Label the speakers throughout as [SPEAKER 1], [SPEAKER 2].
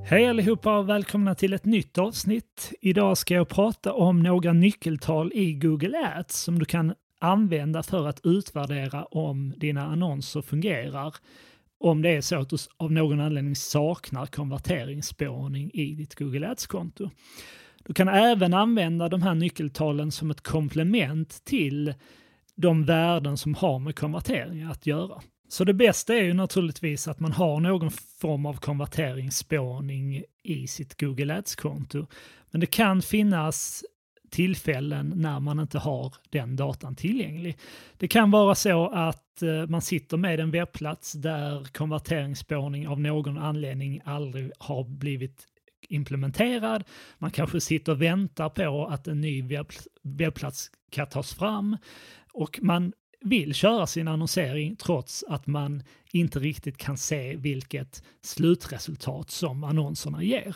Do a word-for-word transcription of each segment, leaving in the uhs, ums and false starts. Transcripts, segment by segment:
[SPEAKER 1] Hej allihopa och välkomna till ett nytt avsnitt. Idag ska jag prata om några nyckeltal i Google Ads som du kan använda för att utvärdera om dina annonser fungerar. Om det är så att du av någon anledning saknar konverteringsspårning i ditt Google Ads-konto. Du kan även använda de här nyckeltalen som ett komplement till de värden som har med konverteringar att göra. Så det bästa är ju naturligtvis att man har någon form av konverteringsspårning i sitt Google Ads-konto. Men det kan finnas tillfällen när man inte har den datan tillgänglig. Det kan vara så att man sitter med en webbplats där konverteringsspårning av någon anledning aldrig har blivit implementerad. Man kanske sitter och väntar på att en ny webb, webbplats kan tas fram och man vill köra sin annonsering trots att man inte riktigt kan se vilket slutresultat som annonserna ger.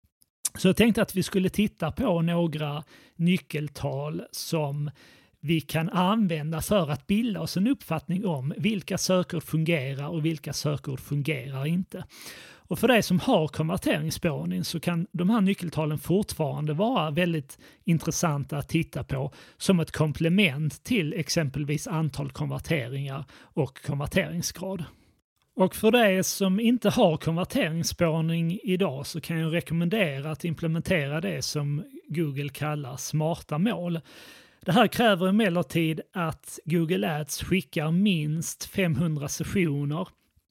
[SPEAKER 1] Så jag tänkte att vi skulle titta på några nyckeltal som vi kan använda för att bilda oss en uppfattning om vilka sökord fungerar och vilka sökord fungerar inte. Och för dig som har konverteringsspårning så kan de här nyckeltalen fortfarande vara väldigt intressanta att titta på som ett komplement till exempelvis antal konverteringar och konverteringsgrad. Och för dig som inte har konverteringsspårning idag så kan jag rekommendera att implementera det som Google kallar smarta mål. Det här kräver emellertid att Google Ads skickar minst femhundra sessioner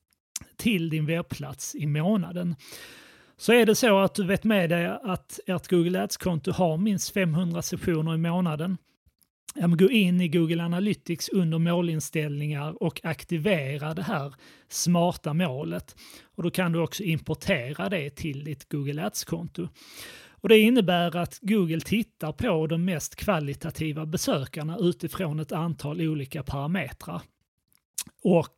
[SPEAKER 1] till din webbplats i månaden. Så är det så att du vet med dig att ert Google Ads-konto har minst femhundra sessioner i månaden. Gå in i Google Analytics under målinställningar och aktivera det här smarta målet. Och då kan du också importera det till ditt Google Ads-konto. Och det innebär att Google tittar på de mest kvalitativa besökarna utifrån ett antal olika parametrar. Och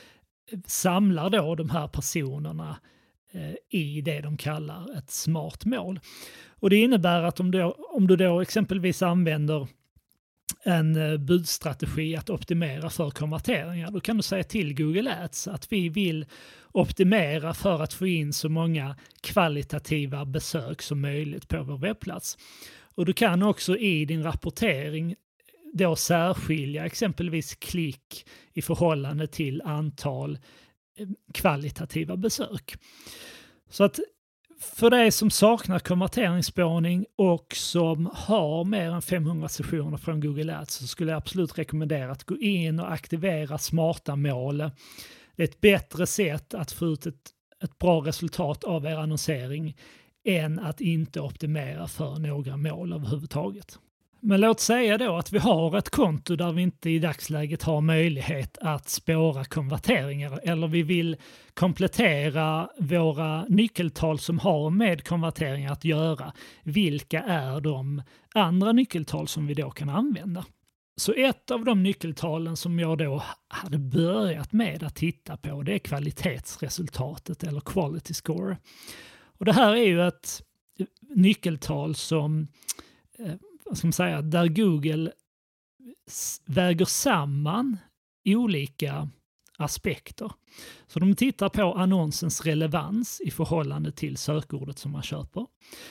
[SPEAKER 1] samlar då de här personerna eh, i det de kallar ett smart mål. Och det innebär att om du, om du då exempelvis använder en eh, budstrategi att optimera för konverteringar, då kan du säga till Google Ads att vi vill optimera för att få in så många kvalitativa besök som möjligt på vår webbplats. Och du kan också i din rapportering då särskilja exempelvis klick i förhållande till antal kvalitativa besök. Så att för dig som saknar konverteringsspårning och som har mer än femhundra sessioner från Google Ads så skulle jag absolut rekommendera att gå in och aktivera smarta mål. Det är ett bättre sätt att få ut ett, ett bra resultat av er annonsering än att inte optimera för några mål överhuvudtaget. Men låt säga då att vi har ett konto där vi inte i dagsläget har möjlighet att spåra konverteringar eller vi vill komplettera våra nyckeltal som har med konverteringar att göra. Vilka är de andra nyckeltal som vi då kan använda? Så ett av de nyckeltalen som jag då hade börjat med att titta på det är kvalitetsresultatet eller quality score. Och det här är ju ett nyckeltal som vad ska man säga, där Google väger samman olika aspekter. Så de tittar på annonsens relevans i förhållande till sökordet som man köper.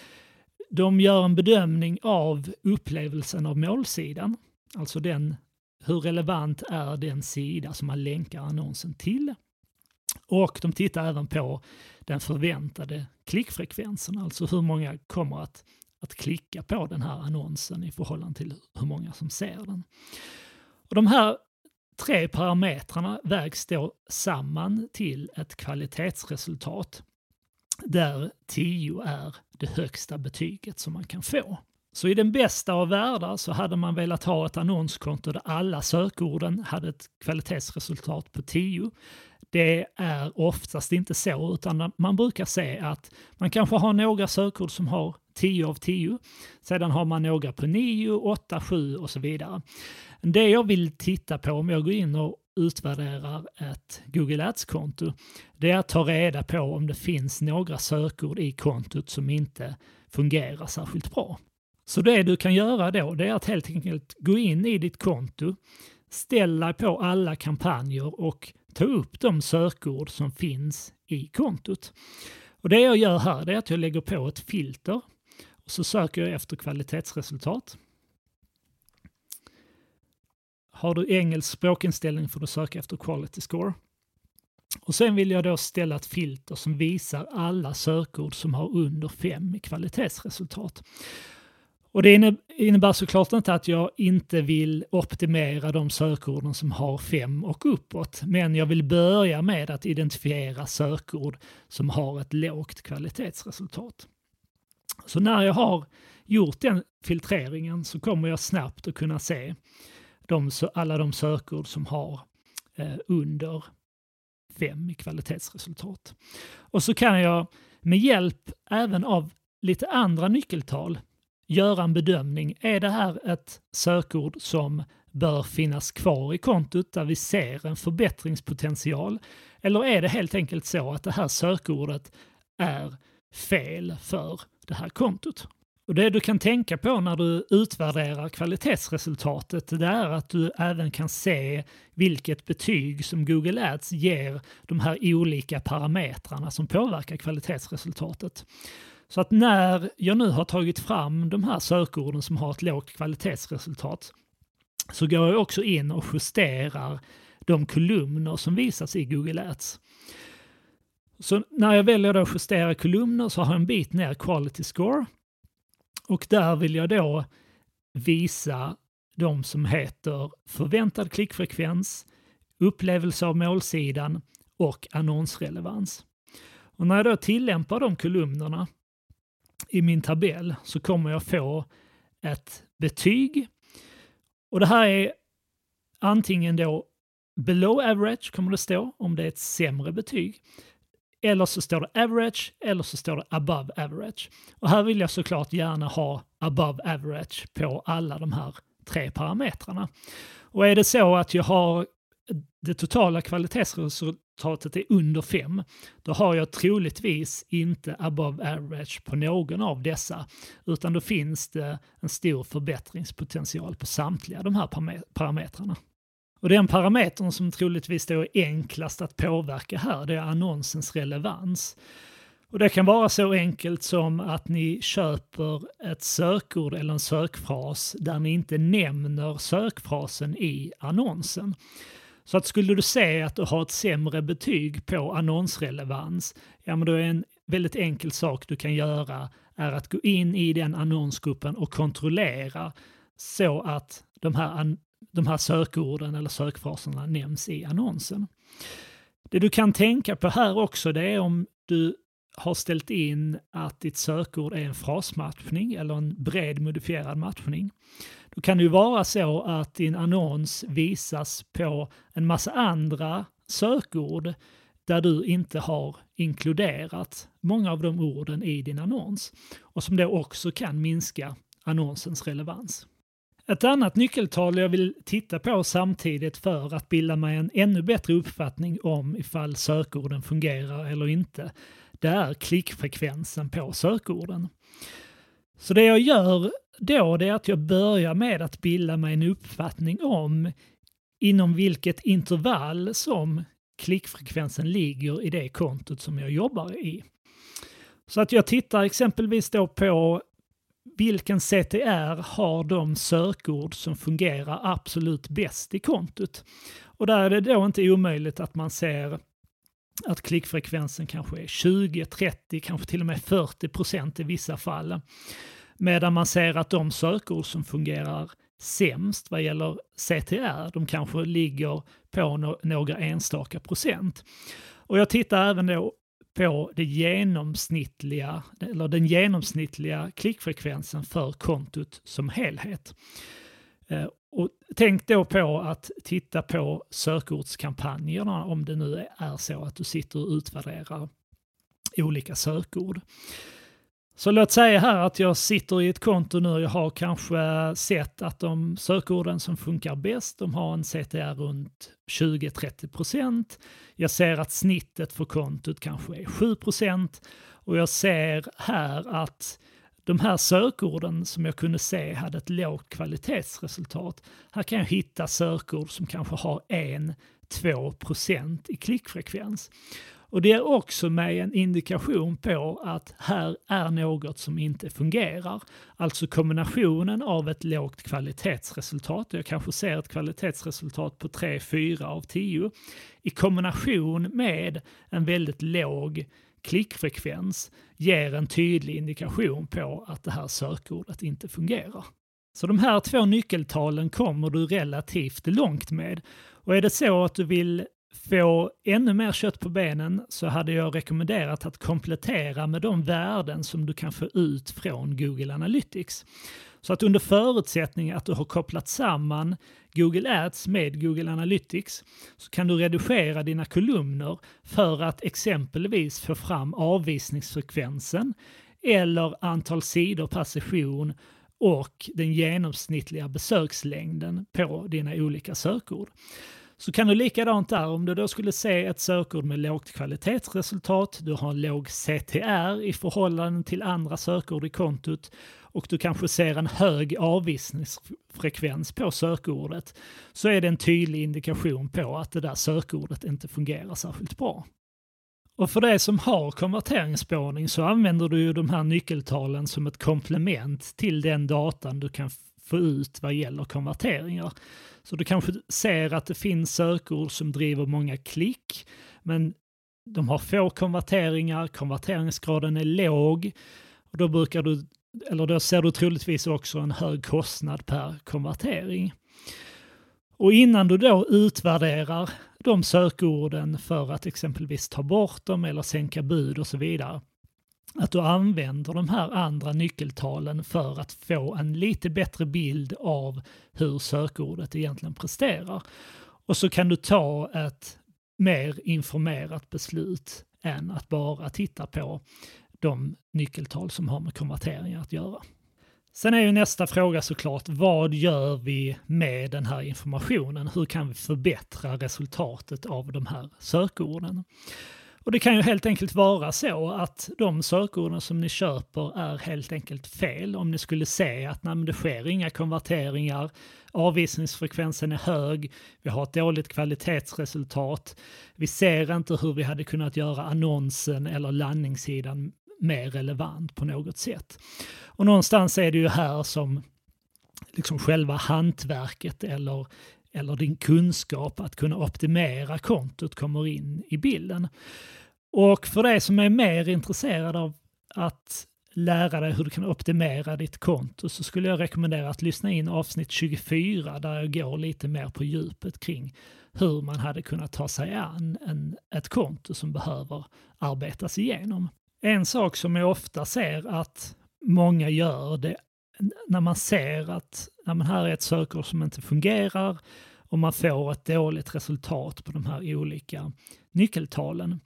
[SPEAKER 1] De gör en bedömning av upplevelsen av målsidan, alltså den, hur relevant är den sida som man länkar annonsen till. Och de tittar även på den förväntade klickfrekvensen, alltså hur många kommer att att klicka på den här annonsen i förhållande till hur många som ser den. Och de här tre parametrarna vägs då samman till ett kvalitetsresultat där tio är det högsta betyget som man kan få. Så i den bästa av världar så hade man velat ha ett annonskonto där alla sökorden hade ett kvalitetsresultat på tio. Det är oftast inte så, utan man brukar se att man kanske har några sökord som har tio av tio. Sedan har man några på nio, åtta, sju och så vidare. Det jag vill titta på om jag går in och utvärderar ett Google Ads-konto, det är att ta reda på om det finns några sökord i kontot som inte fungerar särskilt bra. Så det du kan göra då, det är att helt enkelt gå in i ditt konto, ställa på alla kampanjer och ta upp de sökord som finns i kontot. Och det jag gör här är att jag lägger på ett filter och så söker jag efter kvalitetsresultat. Har du engelsk språkinställning får du söka efter quality score. Och sen vill jag då ställa ett filter som visar alla sökord som har under fem i kvalitetsresultat. Och det innebär såklart inte att jag inte vill optimera de sökorden som har fem och uppåt. Men jag vill börja med att identifiera sökord som har ett lågt kvalitetsresultat. Så när jag har gjort den filtreringen så kommer jag snabbt att kunna se de, alla de sökord som har eh, under fem i kvalitetsresultat. Och så kan jag med hjälp även av lite andra nyckeltal göra en bedömning. Är det här ett sökord som bör finnas kvar i kontot där vi ser en förbättringspotential? Eller är det helt enkelt så att det här sökordet är fel för det här kontot? Och det du kan tänka på när du utvärderar kvalitetsresultatet det är att du även kan se vilket betyg som Google Ads ger de här olika parametrarna som påverkar kvalitetsresultatet. Så att när jag nu har tagit fram de här sökorden som har ett lågt kvalitetsresultat så går jag också in och justerar de kolumner som visas i Google Ads. Så när jag väljer att justera kolumner så har jag en bit ner quality score. Och där vill jag då visa de som heter förväntad klickfrekvens, upplevelse av målsidan och annonsrelevans. Och när jag då tillämpar de kolumnerna i min tabell så kommer jag få ett betyg. Och det här är antingen då below average kommer det stå om det är ett sämre betyg. Eller så står det average eller så står det above average. Och här vill jag såklart gärna ha above average på alla de här tre parametrarna. Och är det så att jag har det totala kvalitetsresultatet är under fem, då har jag troligtvis inte above average på någon av dessa, utan då finns det en stor förbättringspotential på samtliga de här parametrarna. Och den parametern som troligtvis då är enklast att påverka här, det är annonsens relevans. Och det kan vara så enkelt som att ni köper ett sökord eller en sökfras där ni inte nämner sökfrasen i annonsen. Så att skulle du se att du har ett sämre betyg på annonsrelevans, ja men då är en väldigt enkel sak du kan göra är att gå in i den annonsgruppen och kontrollera så att de här, de här sökorden eller sökfraserna nämns i annonsen. Det du kan tänka på här också det är om du har ställt in att ditt sökord är en frasmatchning eller en bred modifierad matchning. Då kan det ju vara så att din annons visas på en massa andra sökord där du inte har inkluderat många av de orden i din annons och som då också kan minska annonsens relevans. Ett annat nyckeltal jag vill titta på samtidigt för att bilda mig en ännu bättre uppfattning om ifall sökorden fungerar eller inte, det är klickfrekvensen på sökorden. Så det jag gör då det är att jag börjar med att bilda mig en uppfattning om inom vilket intervall som klickfrekvensen ligger i det kontot som jag jobbar i. Så att jag tittar exempelvis då på vilken C T R har de sökord som fungerar absolut bäst i kontot. Och där är det då inte omöjligt att man ser att klickfrekvensen kanske är tjugo, trettio, kanske till och med fyrtio procent i vissa fall. Medan man ser att de sökord som fungerar sämst vad gäller C T R, de kanske ligger på no- några enstaka procent. Och jag tittar även då på det genomsnittliga, eller den genomsnittliga klickfrekvensen för kontot som helhet. Eh, och tänk då på att titta på sökordskampanjerna om det nu är så att du sitter och utvärderar olika sökord. Så låt säga här att jag sitter i ett konto nu och jag har kanske sett att de sökorden som funkar bäst, de har en C T R runt tjugo till trettio procent. Jag ser att snittet för kontot kanske är sju procent och jag ser här att de här sökorden som jag kunde se hade ett lågt kvalitetsresultat. Här kan jag hitta sökord som kanske har en till två procent i klickfrekvens. Och det är också med en indikation på att här är något som inte fungerar. Alltså kombinationen av ett lågt kvalitetsresultat, jag kanske ser ett kvalitetsresultat på tre fyra av tio, i kombination med en väldigt låg klickfrekvens ger en tydlig indikation på att det här sökordet inte fungerar. Så de här två nyckeltalen kommer du relativt långt med. Och är det så att du vill få ännu mer kött på benen så hade jag rekommenderat att komplettera med de värden som du kan få ut från Google Analytics. Så att under förutsättning att du har kopplat samman Google Ads med Google Analytics så kan du redigera dina kolumner för att exempelvis få fram avvisningsfrekvensen eller antal sidor per session och den genomsnittliga besökslängden på dina olika sökord. Så kan du likadant där, om du då skulle se ett sökord med lågt kvalitetsresultat, du har en låg C T R i förhållande till andra sökord i kontot och du kanske ser en hög avvisningsfrekvens på sökordet, så är det en tydlig indikation på att det där sökordet inte fungerar särskilt bra. Och för det som har konverteringsspårning så använder du ju de här nyckeltalen som ett komplement till den datan du kan få ut vad gäller konverteringar. Så du kanske ser att det finns sökord som driver många klick, men de har få konverteringar, konverteringsgraden är låg och då brukar du, eller då ser du troligtvis också en hög kostnad per konvertering. Och innan du då utvärderar de sökorden för att exempelvis ta bort dem eller sänka bud och så vidare, att du använder de här andra nyckeltalen för att få en lite bättre bild av hur sökordet egentligen presterar. Och så kan du ta ett mer informerat beslut än att bara titta på de nyckeltal som har med konverteringar att göra. Sen är ju nästa fråga såklart, vad gör vi med den här informationen? Hur kan vi förbättra resultatet av de här sökorden? Och det kan ju helt enkelt vara så att de sökorden som ni köper är helt enkelt fel. Om ni skulle se att nej, men det sker inga konverteringar, avvisningsfrekvensen är hög, vi har ett dåligt kvalitetsresultat, vi ser inte hur vi hade kunnat göra annonsen eller landningssidan mer relevant på något sätt. Och någonstans är det ju här som liksom själva hantverket eller, eller din kunskap att kunna optimera kontot kommer in i bilden. Och för dig som är mer intresserad av att lära dig hur du kan optimera ditt konto så skulle jag rekommendera att lyssna in avsnitt tjugofyra där jag går lite mer på djupet kring hur man hade kunnat ta sig an en, ett konto som behöver arbetas igenom. En sak som jag ofta ser att många gör det när man ser att ja, men här är ett sökord som inte fungerar och man får ett dåligt resultat på de här olika nyckeltalen,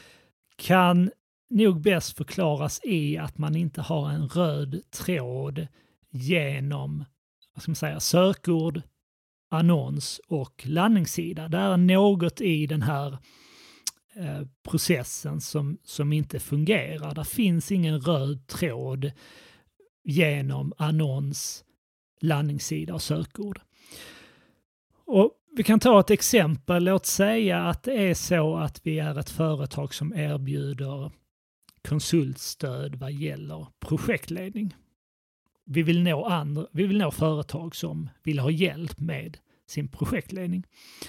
[SPEAKER 1] kan nog bäst förklaras i att man inte har en röd tråd genom vad ska man säga, sökord, annons och landningssida. Det är något i den här eh, processen som, som inte fungerar. Det finns ingen röd tråd genom annons, landningssida och sökord. Och vi kan ta ett exempel. Låt säga att det är så att vi är ett företag som erbjuder konsultstöd vad gäller projektledning. Vi vill nå andra, vi vill nå företag som vill ha hjälp med sin projektledning.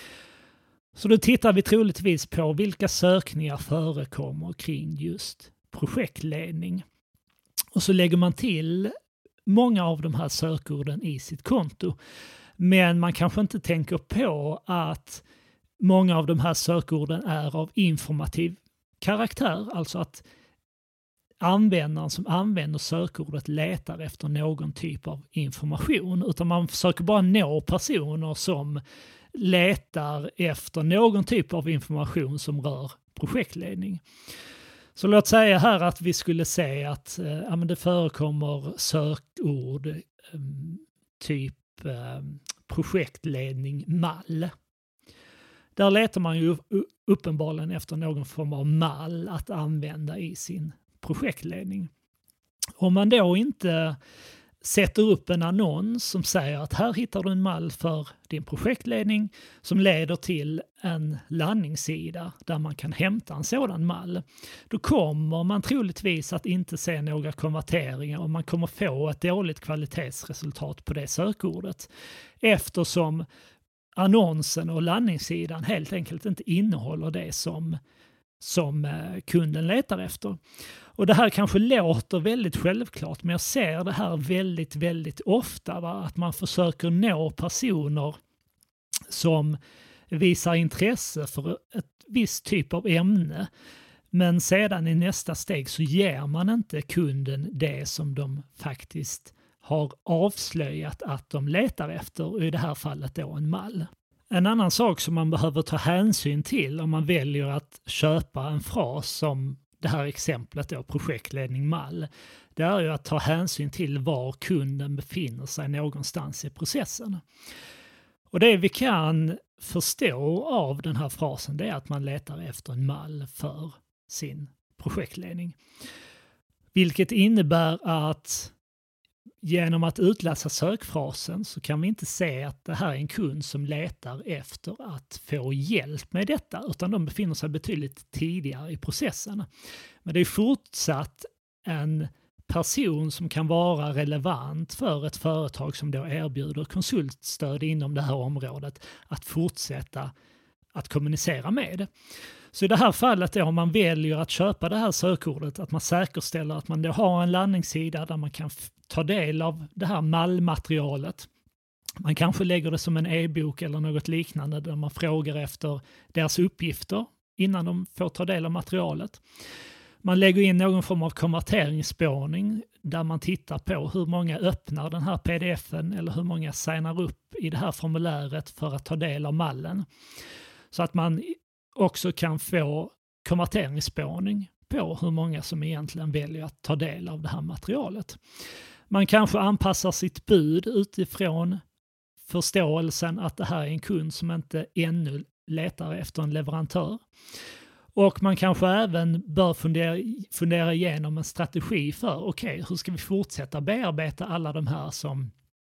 [SPEAKER 1] Så då tittar vi troligtvis på vilka sökningar förekommer kring just projektledning. Och så lägger man till många av de här sökorden i sitt konto. Men man kanske inte tänker på att många av de här sökorden är av informativ karaktär. Alltså att användaren som använder sökordet letar efter någon typ av information. Utan man försöker bara nå personer som letar efter någon typ av information som rör projektledning. Så låt säga här att vi skulle se att eh, ja, men det förekommer sökord eh, typ eh, projektledning mall. Där letar man ju uppenbarligen efter någon form av mall att använda i sin projektledning. Om man då inte sätter upp en annons som säger att här hittar du en mall för din projektledning som leder till en landningssida där man kan hämta en sådan mall, då kommer man troligtvis att inte se några konverteringar och man kommer få ett dåligt kvalitetsresultat på det sökordet, eftersom annonsen och landningssidan helt enkelt inte innehåller det som, som kunden letar efter. Och det här kanske låter väldigt självklart, men jag ser det här väldigt, väldigt ofta. Va? Att man försöker nå personer som visar intresse för ett visst typ av ämne. Men sedan i nästa steg så ger man inte kunden det som de faktiskt har avslöjat att de letar efter, och i det här fallet då en mall. En annan sak som man behöver ta hänsyn till om man väljer att köpa en fras som det här exemplet då, projektledning mall, det är ju att ta hänsyn till var kunden befinner sig någonstans i processen. Och det vi kan förstå av den här frasen, det är att man letar efter en mall för sin projektledning. Vilket innebär att genom att utläsa sökfrasen så kan vi inte se att det här är en kund som letar efter att få hjälp med detta, utan de befinner sig betydligt tidigare i processen. Men det är fortsatt en person som kan vara relevant för ett företag som då erbjuder konsultstöd inom det här området att fortsätta att kommunicera med. Så i det här fallet då, om man väljer att köpa det här sökordet, att man säkerställer att man då har en landningssida där man kan f- ta del av det här mallmaterialet. Man kanske lägger det som en e-bok eller något liknande där man frågar efter deras uppgifter innan de får ta del av materialet. Man lägger in någon form av konverteringsspårning där man tittar på hur många öppnar den här pdf-en eller hur många signar upp i det här formuläret för att ta del av mallen. Så att man också kan få konverteringsspårning på hur många som egentligen väljer att ta del av det här materialet. Man kanske anpassar sitt bud utifrån förståelsen att det här är en kund som inte ännu letar efter en leverantör. Och man kanske även bör fundera, fundera igenom en strategi för okej, okay, hur ska vi fortsätta bearbeta alla de här som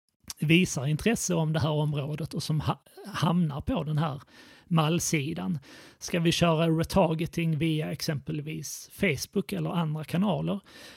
[SPEAKER 1] visar intresse om det här området och som ha, hamnar på den här mallsidan. Ska vi köra retargeting via exempelvis Facebook eller andra kanaler?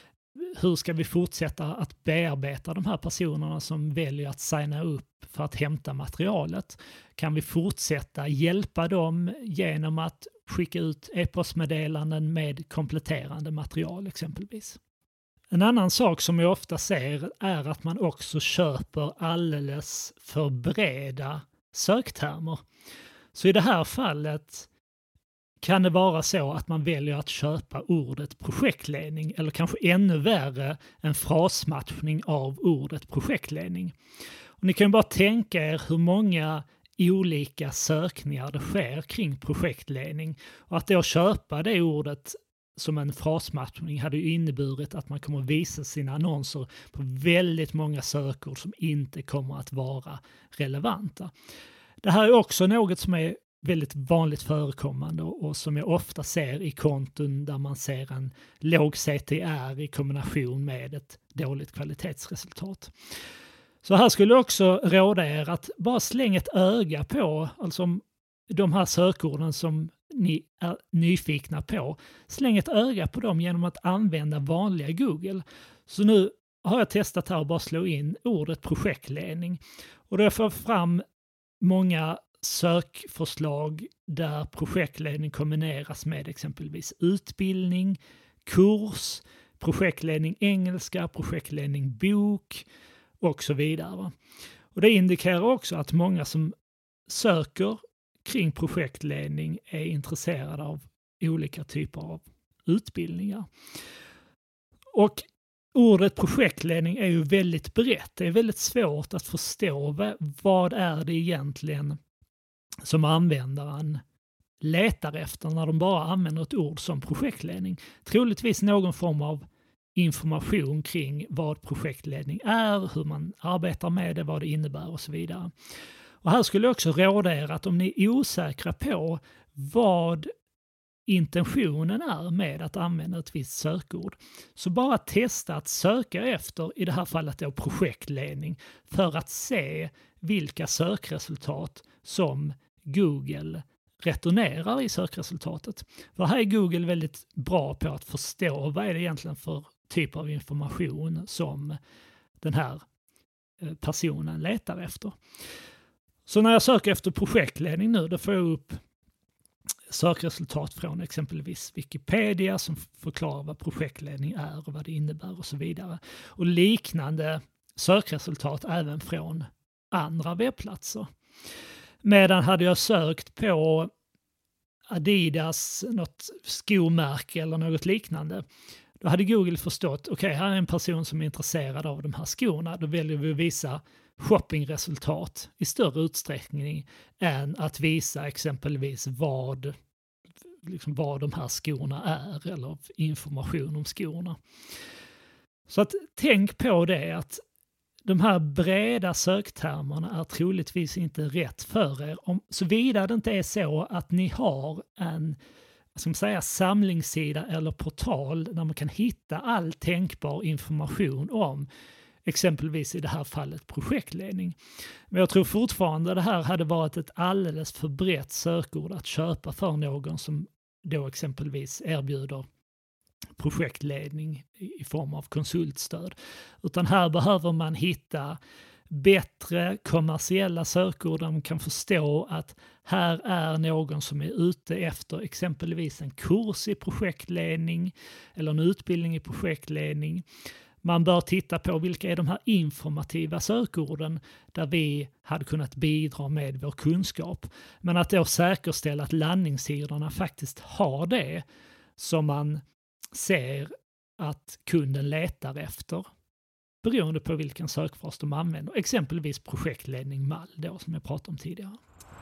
[SPEAKER 1] Hur ska vi fortsätta att bearbeta de här personerna som väljer att signa upp för att hämta materialet? Kan vi fortsätta hjälpa dem genom att skicka ut e-postmeddelanden med kompletterande material exempelvis? En annan sak som jag ofta ser är att man också köper alldeles för breda söktermer. Så i det här fallet kan det vara så att man väljer att köpa ordet projektledning eller kanske ännu värre en frasmatchning av ordet projektledning. Och ni kan bara tänka er hur många olika sökningar det sker kring projektledning, och att då köpa det ordet som en frasmatchning hade ju inneburit att man kommer visa sina annonser på väldigt många sökord som inte kommer att vara relevanta. Det här är också något som är väldigt vanligt förekommande och som jag ofta ser i konton där man ser en låg C T R i kombination med ett dåligt kvalitetsresultat. Så här skulle jag också råda er att bara slänga ett öga på alltså de här sökorden som ni är nyfikna på. Släng ett öga på dem genom att använda vanliga Google. Så nu har jag testat här att bara slå in ordet projektledning. Och då får jag fram många sökförslag där projektledning kombineras med exempelvis utbildning, kurs, projektledning engelska, projektledning bok och så vidare. Och det indikerar också att många som söker kring projektledning är intresserade av olika typer av utbildningar. Och ordet projektledning är ju väldigt brett. Det är väldigt svårt att förstå vad är det egentligen som användaren letar efter när de bara använder ett ord som projektledning. Troligtvis någon form av information kring vad projektledning är, hur man arbetar med det, vad det innebär och så vidare. Och här skulle jag också råda er att om ni är osäkra på vad intentionen är med att använda ett visst sökord. Så bara testa att söka efter, i det här fallet då projektledning, för att se vilka sökresultat som Google returnerar i sökresultatet. För här är Google väldigt bra på att förstå vad är det egentligen för typ av information som den här personen letar efter. Så när jag söker efter projektledning nu, då får jag upp sökresultat från exempelvis Wikipedia som förklarar vad projektledning är och vad det innebär och så vidare. Och liknande sökresultat även från andra webbplatser. Medan hade jag sökt på Adidas, något skomärke eller något liknande, då hade Google förstått, okej, okay, här är en person som är intresserad av de här skorna, då väljer vi att visa shoppingresultat i större utsträckning än att visa exempelvis vad, liksom vad de här skorna är eller information om skorna. Så att tänk på det, att de här breda söktermerna är troligtvis inte rätt för er, om, såvida det inte är så att ni har en ska man säga, samlingssida eller portal där man kan hitta all tänkbar information om exempelvis i det här fallet projektledning. Men jag tror fortfarande det här hade varit ett alldeles för brett sökord att köpa för någon som då exempelvis erbjuder projektledning i form av konsultstöd. Utan här behöver man hitta bättre kommersiella sökord där man kan förstå att här är någon som är ute efter exempelvis en kurs i projektledning eller en utbildning i projektledning. Man bör titta på vilka är de här informativa sökorden där vi hade kunnat bidra med vår kunskap. Men att då säkerställa att landningssidorna faktiskt har det som man ser att kunden letar efter, beroende på vilken sökfras de använder. Exempelvis projektledning mall då, som jag pratade om tidigare.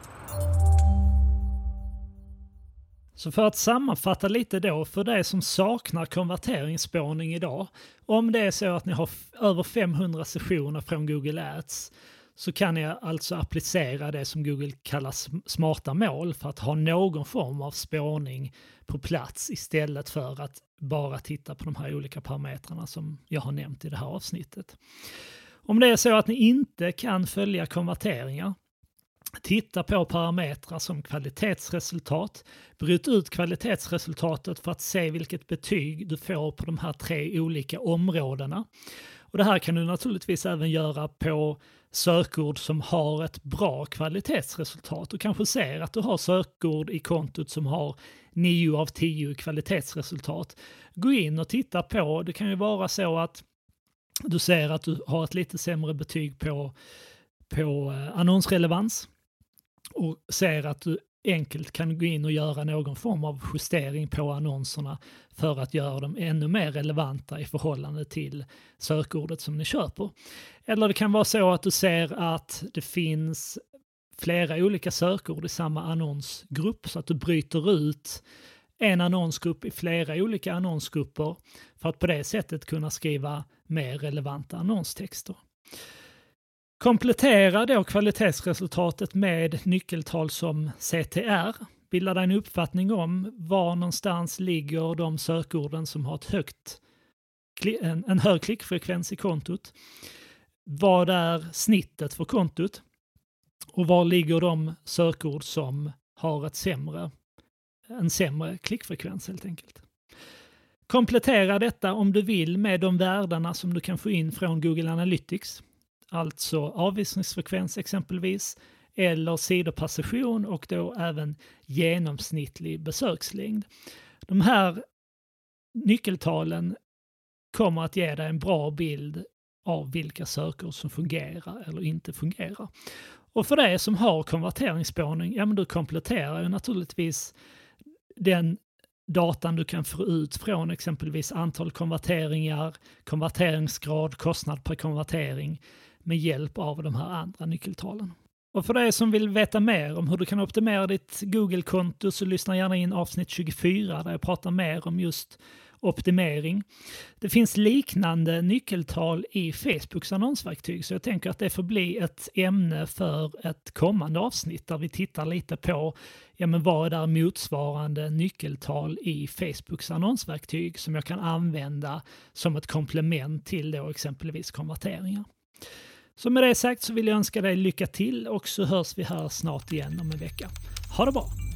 [SPEAKER 1] Så för att sammanfatta lite då, för det som saknar konverteringsspårning idag, om det är så att ni har över femhundra sessioner från Google Ads, så kan ni alltså applicera det som Google kallar smarta mål för att ha någon form av spårning på plats istället för att bara titta på de här olika parametrarna som jag har nämnt i det här avsnittet. Om det är så att ni inte kan följa konverteringar, titta på parametrar som kvalitetsresultat, bryt ut kvalitetsresultatet för att se vilket betyg du får på de här tre olika områdena. Och det här kan du naturligtvis även göra på sökord som har ett bra kvalitetsresultat. Du kanske ser att du har sökord i kontot som har nio av tio kvalitetsresultat. Gå in och titta på, det kan ju vara så att du ser att du har ett lite sämre betyg på, på annonsrelevans och ser att du enkelt kan gå in och göra någon form av justering på annonserna för att göra dem ännu mer relevanta i förhållande till sökordet som ni köper. Eller det kan vara så att du ser att det finns flera olika sökord i samma annonsgrupp, så att du bryter ut en annonsgrupp i flera olika annonsgrupper för att på det sättet kunna skriva mer relevanta annonstexter. Komplettera då kvalitetsresultatet med nyckeltal som C T R. Bilda dig en uppfattning om var någonstans ligger de sökorden som har ett högt, en, en hög klickfrekvens i kontot. Vad är snittet för kontot? Och var ligger de sökord som har ett sämre, en sämre klickfrekvens helt enkelt. Komplettera detta om du vill med de värdena som du kan få in från Google Analytics. Alltså avvisningsfrekvens exempelvis, eller sidor per session och då även genomsnittlig besökslängd. De här nyckeltalen kommer att ge dig en bra bild av vilka sökord som fungerar eller inte fungerar. Och för det som har konverteringsspårning, ja men du kompletterar ju naturligtvis den datan du kan få ut från exempelvis antal konverteringar, konverteringsgrad, kostnad per konvertering med hjälp av de här andra nyckeltalen. Och för dig som vill veta mer om hur du kan optimera ditt Google-konto så lyssna gärna in avsnitt tjugofyra där jag pratar mer om just optimering. Det finns liknande nyckeltal i Facebooks annonsverktyg, så jag tänker att det får bli ett ämne för ett kommande avsnitt där vi tittar lite på ja, men vad är motsvarande nyckeltal i Facebooks annonsverktyg som jag kan använda som ett komplement till då exempelvis konverteringar. Så med det sagt så vill jag önska dig lycka till och så hörs vi här snart igen om en vecka. Ha det bra!